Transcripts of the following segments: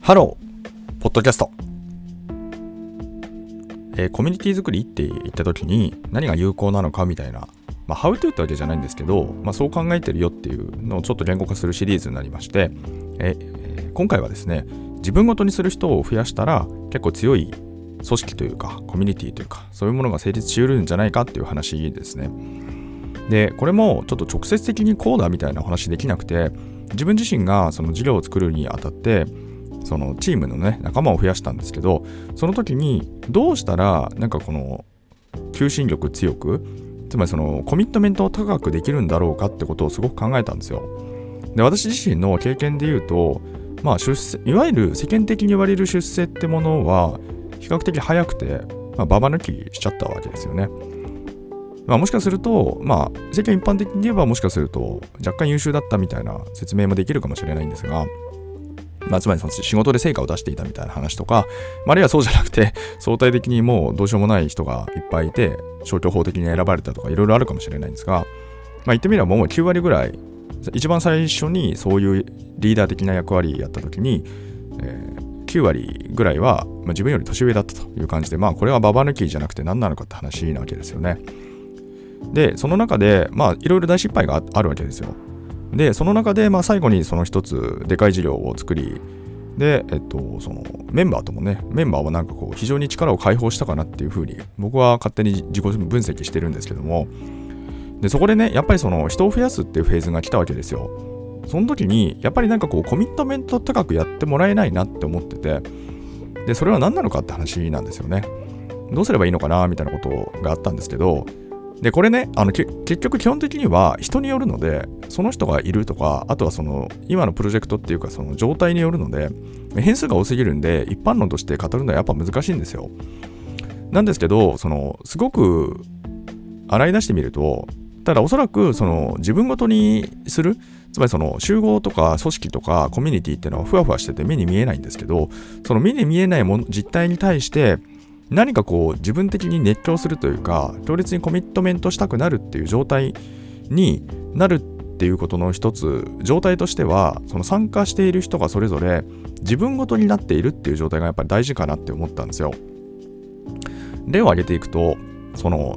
ハロー、ポッドキャスト。コミュニティ作りって言った時に何が有効なのかみたいな、How to ってわけじゃないんですけど、そう考えてるよっていうのをちょっと言語化するシリーズになりまして、今回はですね、自分ごとにする人を増やしたら結構強い組織というかコミュニティというかそういうものが成立し得るんじゃないかっていう話ですね。で、これもちょっと直接的にこうだみたいな話できなくて、自分自身がその事業を作るにあたってそのチームのね仲間を増やしたんですけど、その時にどうしたらなんかこの求心力強く、つまりそのコミットメントを高くできるんだろうかってことをすごく考えたんですよ。で、私自身の経験で言うと、出世、いわゆる世間的に言われる出世ってものは比較的早くて、ババ抜きしちゃったわけですよね。もしかすると、世間一般的に言えばもしかすると若干優秀だったみたいな説明もできるかもしれないんですが、つまりその仕事で成果を出していたみたいな話とか、あるいはそうじゃなくて相対的にもうどうしようもない人がいっぱいいて消去法的に選ばれたとかいろいろあるかもしれないんですが、言ってみればもう9割ぐらい一番最初にそういうリーダー的な役割やった時に、9割ぐらいは、自分より年上だったという感じで、これはババ抜きじゃなくて何なのかって話なわけですよね。で、その中でいろいろ大失敗があるわけですよ。で、その中で最後にその一つでかい事業を作り、で、そのメンバーはなんかこう非常に力を解放したかなっていうふうに僕は勝手に自己分析してるんですけども、でそこでねやっぱりその人を増やすっていうフェーズが来たわけですよ。その時にやっぱりなんかこうコミットメント高くやってもらえないなって思ってて、でそれは何なのかって話なんですよね。どうすればいいのかなみたいなことがあったんですけど、でこれね結局基本的には人によるので、その人がいるとか、あとはその今のプロジェクトっていうかその状態によるので変数が多すぎるんで一般論として語るのはやっぱ難しいんですよ。なんですけど、そのすごく洗い出してみると、ただおそらくその自分ごとにする、つまりその集合とか組織とかコミュニティっていうのはふわふわしてて目に見えないんですけど、その目に見えないもの実態に対して何かこう自分的に熱狂するというか強烈にコミットメントしたくなるっていう状態になるっていうことの一つ状態としては、その参加している人がそれぞれ自分ごとになっているっていう状態がやっぱり大事かなって思ったんですよ。例を挙げていくと、その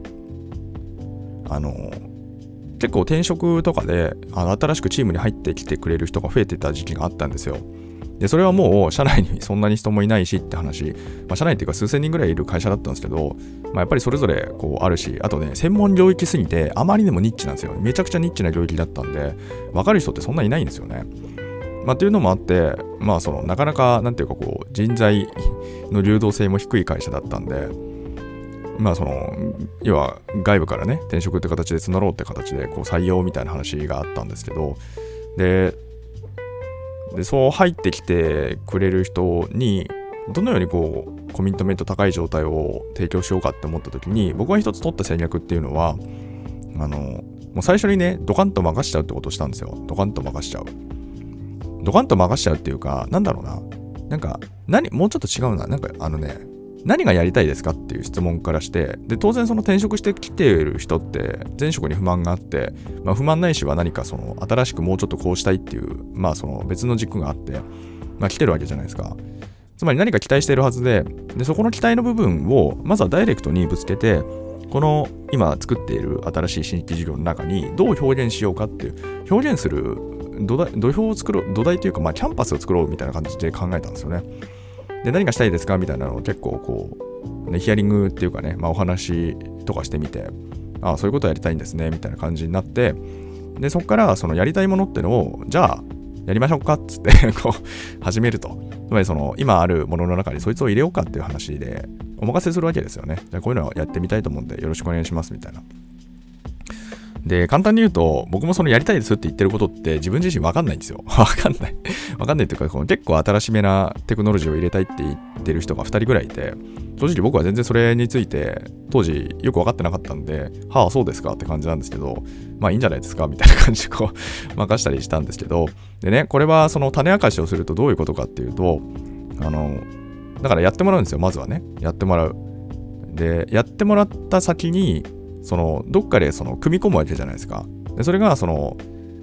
結構転職とかで新しくチームに入ってきてくれる人が増えてた時期があったんですよ。でそれはもう社内にそんなに人もいないしって話、社内っていうか数千人ぐらいいる会社だったんですけど、やっぱりそれぞれこうあるし、あとね専門領域すぎてあまりにもニッチなんですよ。めちゃくちゃニッチな領域だったんで分かる人ってそんないないんですよね。っていうのもあって、そのなかなかなんていうかこう人材の流動性も低い会社だったんで、その要は外部からね転職って形で募ろうって形でこう採用みたいな話があったんですけど、でそう入ってきてくれる人にどのようにこうコミットメント高い状態を提供しようかって思った時に、僕が一つ取った戦略っていうのはもう最初にねドカンと任しちゃうってことをしたんですよ。ドカンと任しちゃうっていうか、なんだろうな、なんかもうちょっと違うな、なんか何がやりたいですかっていう質問からして、で当然その転職してきている人って前職に不満があって、不満ないしは何かその新しくもうちょっとこうしたいっていうその別の軸があって、来てるわけじゃないですか。つまり何か期待しているはずで、そこの期待の部分をまずはダイレクトにぶつけて、この今作っている新しい新規事業の中にどう表現しようかっていう表現する土俵を作ろう、土台というかキャンパスを作ろうみたいな感じで考えたんですよね。で何がしたいですかみたいなのを結構こう、ヒアリングっていうかね、お話とかしてみて、そういうことをやりたいんですねみたいな感じになって、でそこからそのやりたいものってのをじゃあやりましょうかっつってこう始めると、つまりその今あるものの中にそいつを入れようかっていう話でお任せするわけですよね。じゃあこういうのをやってみたいと思うんでよろしくお願いしますみたいな。で簡単に言うと、僕もそのやりたいですって言ってることって自分自身分かんないんですよ。分かんないっていうか、結構新しめなテクノロジーを入れたいって言ってる人が2人ぐらいいて、正直僕は全然それについて当時よく分かってなかったんで、そうですかって感じなんですけど、いいんじゃないですかみたいな感じでこう任したりしたんですけど、でね、これはその種明かしをするとどういうことかっていうと、だからやってもらうんですよ。まずはねやってもらう。でやってもらった先にそのどっかでその組み込むわけじゃないですか。でそれがその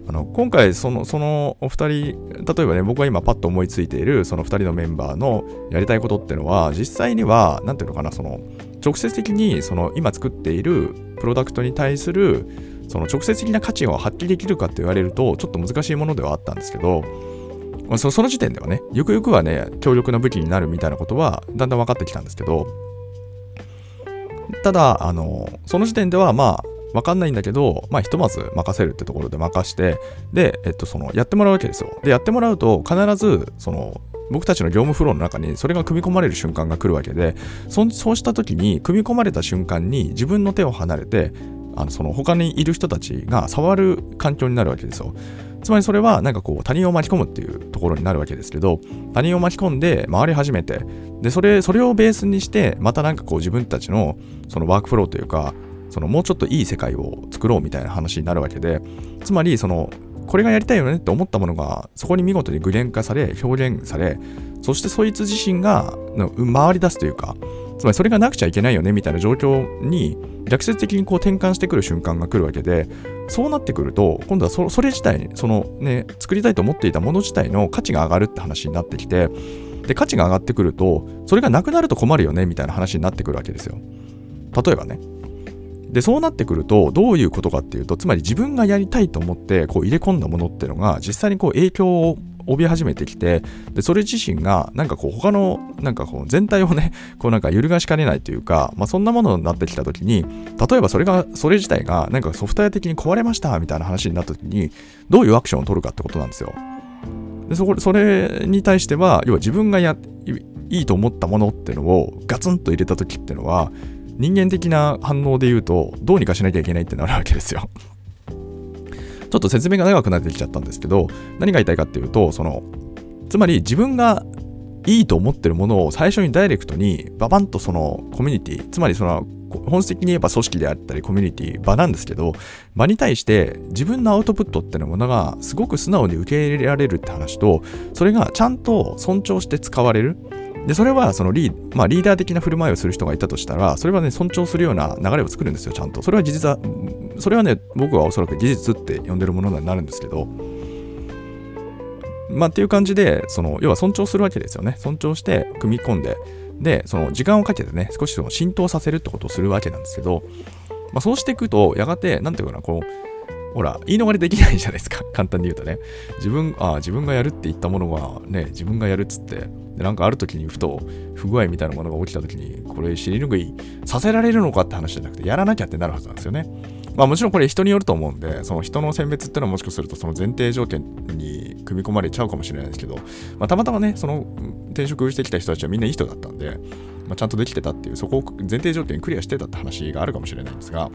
今回そのお二人、例えばね、僕が今パッと思いついているその2人のメンバーのやりたいことっていうのは、実際にはなんていうのかな、直接的に今作っているプロダクトに対する直接的な価値を発揮できるかって言われるとちょっと難しいものではあったんですけど、その時点ではね、ゆくゆくはね、強力な武器になるみたいなことはだんだん分かってきたんですけど、ただその時点では分かんないんだけど、ひとまず任せるってところで任して、で、やってもらうわけですよ。で、やってもらうと必ず僕たちの業務フローの中にそれが組み込まれる瞬間が来るわけで、そうした時に組み込まれた瞬間に自分の手を離れて他にいる人たちが触る環境になるわけですよ。つまりそれは他人を巻き込むっていうところになるわけですけど、他人を巻き込んで回り始めて、でそれをベースにしてまた自分たちのワークフローというか、もうちょっといい世界を作ろうみたいな話になるわけで、つまりこれがやりたいよねって思ったものがそこに見事に具現化され表現され、そしてそいつ自身が回り出すというか、つまりそれがなくちゃいけないよねみたいな状況に逆説的に転換してくる瞬間が来るわけで、そうなってくると今度はそれ自体作りたいと思っていたもの自体の価値が上がるって話になってきて、で価値が上がってくるとそれがなくなると困るよねみたいな話になってくるわけですよ。例えばね。でそうなってくるとどういうことかっていうと、つまり自分がやりたいと思って入れ込んだものっていうのが実際に影響を帯び始めてきて、でそれ自身が他の全体をね揺るがしかねないというか、そんなものになってきた時に、例えばそれ自体がソフトウェア的に壊れましたみたいな話になった時にどういうアクションを取るかってことなんですよ。でそれに対しては、要は自分がいいと思ったものっていうのをガツンと入れた時っていうのは、人間的な反応で言うとどうにかしなきゃいけないってなるわけですよ。ちょっと説明が長くなってきちゃったんですけど、何が言いたいかっていうと、つまり自分がいいと思ってるものを最初にダイレクトにババンとコミュニティ、つまり本質的に言えば組織であったりコミュニティ、場なんですけど、場に対して自分のアウトプットっていうものがすごく素直に受け入れられるって話と、それがちゃんと尊重して使われる。でそれはリーダー的な振る舞いをする人がいたとしたら、それはね尊重するような流れを作るんですよ。ちゃんとそれはね、僕はおそらく技術って呼んでるものになるんですけど、っていう感じで要は尊重するわけですよね。尊重して組み込んで、で時間をかけてね少し浸透させるってことをするわけなんですけど、そうしていくとやがてなんていうかな、ほら言い逃れできないじゃないですか。簡単に言うとね、自分がやるって言ったものがね、自分がやるっつって、である時にふと不具合みたいなものが起きた時に、これ尻拭いさせられるのかって話じゃなくて、やらなきゃってなるはずなんですよね。もちろんこれ人によると思うんで、人の選別っていうのはもしかすると前提条件に組み込まれちゃうかもしれないですけど、たまたまね転職してきた人たちはみんないい人だったんで、ちゃんとできてたっていう、そこを前提条件にクリアしてたって話があるかもしれないんですが、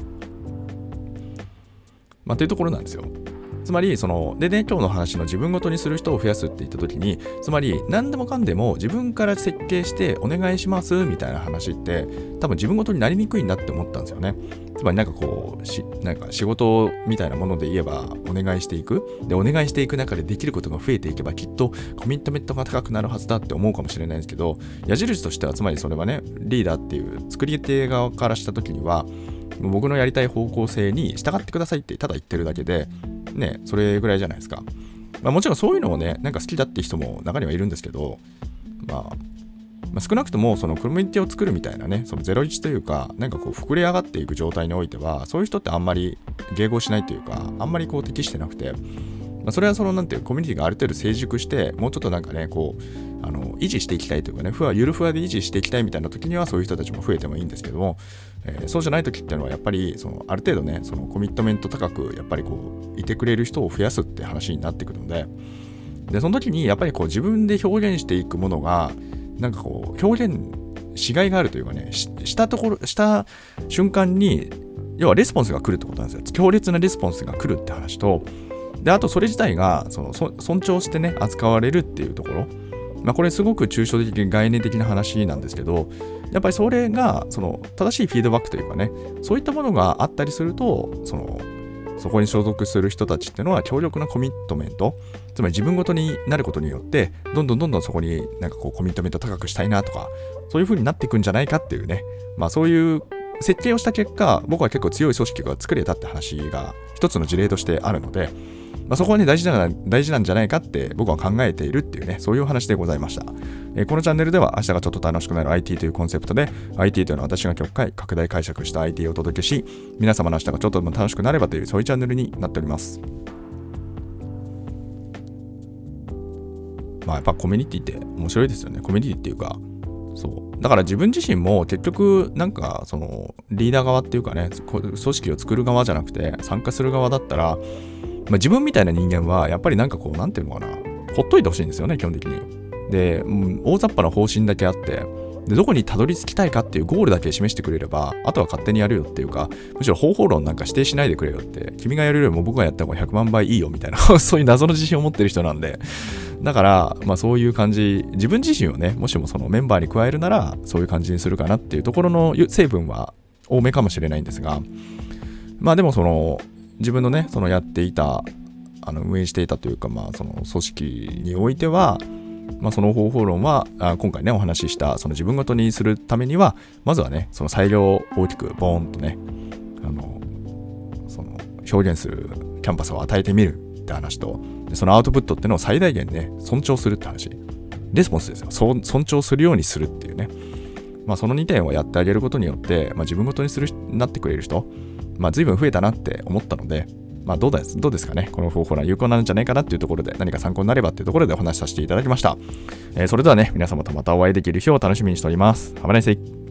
っていうところなんですよ。つまりでね、今日の話の自分ごとにする人を増やすって言った時に、つまり何でもかんでも自分から設計してお願いしますみたいな話って多分自分ごとになりにくいんだって思ったんですよね。つまり仕事みたいなもので言えばお願いしていく。でお願いしていく中でできることが増えていけば、きっとコミットメントが高くなるはずだって思うかもしれないんですけど、矢印としてはつまりそれはね、リーダーっていう作り手側からした時には、僕のやりたい方向性に従ってくださいってただ言ってるだけでね、それぐらいじゃないですか。もちろんそういうのをね好きだって人も中にはいるんですけど、少なくともコミュニティを作るみたいなね、01というか膨れ上がっていく状態においては、そういう人ってあんまり迎合しないというか、あんまり適してなくて、それはなんていうコミュニティがある程度成熟して、もうちょっと維持していきたいというかね、ゆるふわで維持していきたいみたいな時にはそういう人たちも増えてもいいんですけども、そうじゃない時っていうのはやっぱりある程度ねコミットメント高くやっぱりいてくれる人を増やすって話になってくるので、その時にやっぱり自分で表現していくものが表現しがいがあるというかね、した瞬間に要はレスポンスが来るってことなんですよ。強烈なレスポンスが来るって話と、であとそれ自体が尊重してね扱われるっていうところ、これすごく抽象的概念的な話なんですけど、やっぱりそれが正しいフィードバックというかね、そういったものがあったりするとそこに所属する人たちっていうのは強力なコミットメント、つまり自分ごとになることによってどんどんそこにコミットメント高くしたいなとか、そういう風になっていくんじゃないかっていうね、そういう設計をした結果、僕は結構強い組織が作れたって話が一つの事例としてあるので、 そこはね、大事なんじゃないかって僕は考えているっていうね、そういうお話でございました。このチャンネルでは明日がちょっと楽しくなる IT というコンセプトで、IT というのは私が極快拡大解釈した IT をお届けし、皆様の明日がちょっとでも楽しくなればという、そういうチャンネルになっております。やっぱコミュニティって面白いですよね。コミュニティっていうか、そうだから自分自身も結局なんかそのリーダー側っていうかね、組織を作る側じゃなくて参加する側だったら、自分みたいな人間はやっぱりなんかこうなんていうのかな、ほっといてほしいんですよね、基本的に。で、大雑把な方針だけあって、でどこにたどり着きたいかっていうゴールだけ示してくれれば、あとは勝手にやるよっていうか、むしろ方法論なんか指定しないでくれよって、君がやるよりも僕がやった方が100万倍いいよみたいなそういう謎の自信を持ってる人なんで、だからそういう感じ、自分自身をね、もしもそのメンバーに加えるならそういう感じにするかなっていうところの成分は多めかもしれないんですが、でもその自分のね、そのやっていた運営していたというか、その組織においては、その方法論は今回ねお話ししたその自分ごとにするためには、まずはねその裁量を大きくボーンとねその表現するキャンパスを与えてみるって話と、そのアウトプットってのを最大限ね尊重するって話、レスポンスですよ。尊重するようにするっていうね、その2点をやってあげることによって、自分ごとになってくれる人、随分増えたなって思ったので、どうですかね、この方法は有効なんじゃないかなっていうところで、何か参考になればっていうところでお話しさせていただきました。それではね、皆様とまたお会いできる日を楽しみにしております。Have a nice day.